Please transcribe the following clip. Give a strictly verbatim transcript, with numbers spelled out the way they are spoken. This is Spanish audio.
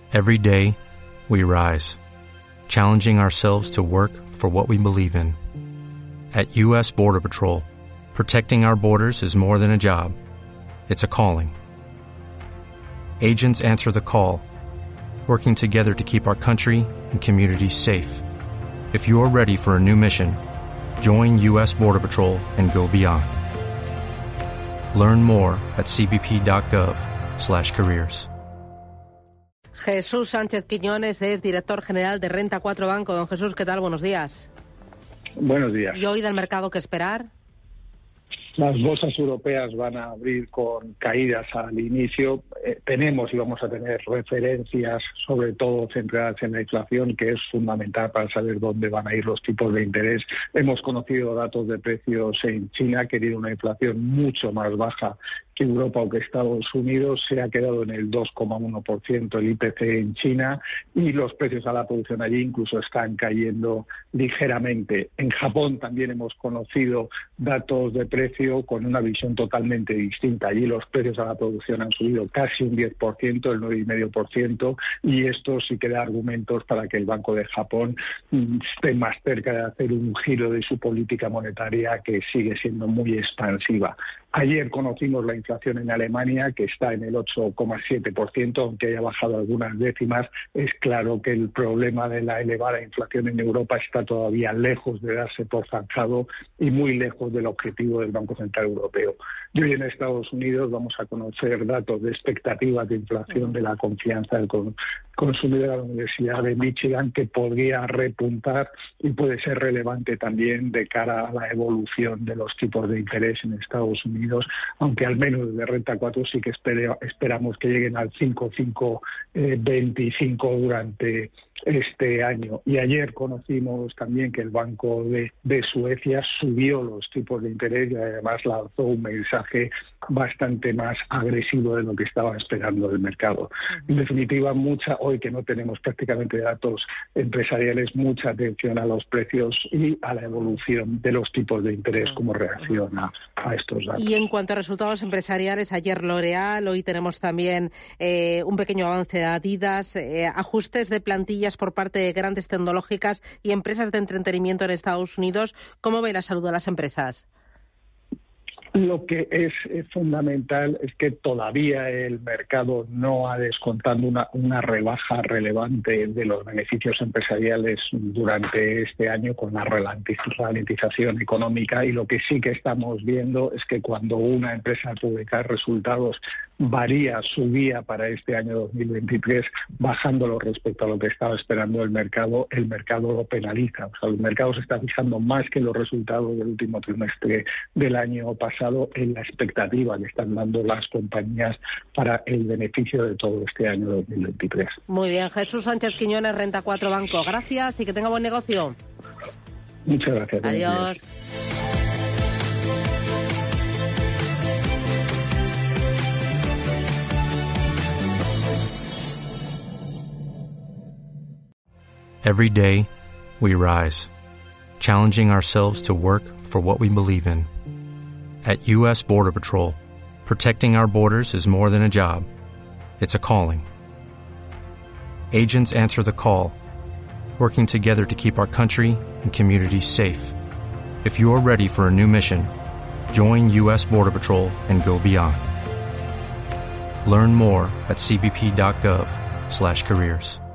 Every day, we rise, challenging ourselves to work for what we believe in. At U S Border Patrol, protecting our borders is more than a job. It's a calling. Agents answer the call, working together to keep our country and communities safe. If you're ready for a new mission, join U S Border Patrol and go beyond. Learn more at cbp.gov slash careers. Jesús Sánchez Quiñones es director general de Renta cuatro Banco. Don Jesús, ¿qué tal? Buenos días. Buenos días. ¿Y hoy del mercado qué esperar? Las bolsas europeas van a abrir con caídas al inicio. Eh, tenemos y vamos a tener referencias, sobre todo centradas en la inflación, que es fundamental para saber dónde van a ir los tipos de interés. Hemos conocido datos de precios en China, que tiene una inflación mucho más baja que Europa o que Estados Unidos. Se ha quedado en el dos coma uno por ciento el I P C en China y los precios a la producción allí incluso están cayendo ligeramente. En Japón también hemos conocido datos de precio con una visión totalmente distinta. Allí los precios a la producción han subido casi un diez por ciento, el nueve coma cinco por ciento, y esto sí que da argumentos para que el Banco de Japón esté más cerca de hacer un giro de su política monetaria, que sigue siendo muy expansiva. Ayer conocimos la inflación en Alemania, que está en el ocho coma siete por ciento, aunque haya bajado algunas décimas. Es claro que el problema de la elevada inflación en Europa está todavía lejos de darse por zanjado y muy lejos del objetivo del Banco Central Europeo. Y hoy en Estados Unidos vamos a conocer datos de expectativas de inflación de la confianza del consumidor de la Universidad de Michigan, que podría repuntar y puede ser relevante también de cara a la evolución de los tipos de interés en Estados Unidos, aunque al menos de Renta cuatro sí que espere, esperamos que lleguen al cinco coma cinco veinticinco durante este año. Y ayer conocimos también que el Banco de, de Suecia subió los tipos de interés y además lanzó un mensaje bastante más agresivo de lo que estaba esperando el mercado. En definitiva, mucha hoy que no tenemos prácticamente datos empresariales, mucha atención a los precios y a la evolución de los tipos de interés como reacción a, a estos datos. Y en cuanto a resultados empresariales, ayer L'Oréal, hoy tenemos también eh, un pequeño avance de Adidas, eh, ajustes de plantillas por parte de grandes tecnológicas y empresas de entretenimiento en Estados Unidos. ¿Cómo ve la salud de las empresas? Lo que es, es fundamental es que todavía el mercado no ha descontado una, una rebaja relevante de los beneficios empresariales durante este año con la ralentización económica, y lo que sí que estamos viendo es que cuando una empresa publica resultados varía su guía para este año dos mil veintitrés bajándolo respecto a lo que estaba esperando el mercado, el mercado lo penaliza. O sea, el mercado se está fijando más que los resultados del último trimestre del año pasado en la expectativa que están dando las compañías para el beneficio de todo este año dos mil veintitrés. Muy bien, Jesús Sánchez Quiñones, Renta cuatro Banco. Gracias y que tenga buen negocio. Muchas gracias. Adiós. Every day, we rise, challenging ourselves to work for what we believe in. At U S Border Patrol, protecting our borders is more than a job. It's a calling. Agents answer the call, working together to keep our country and communities safe. If you're ready for a new mission, join U S Border Patrol and go beyond. Learn more at cbp.gov slash careers.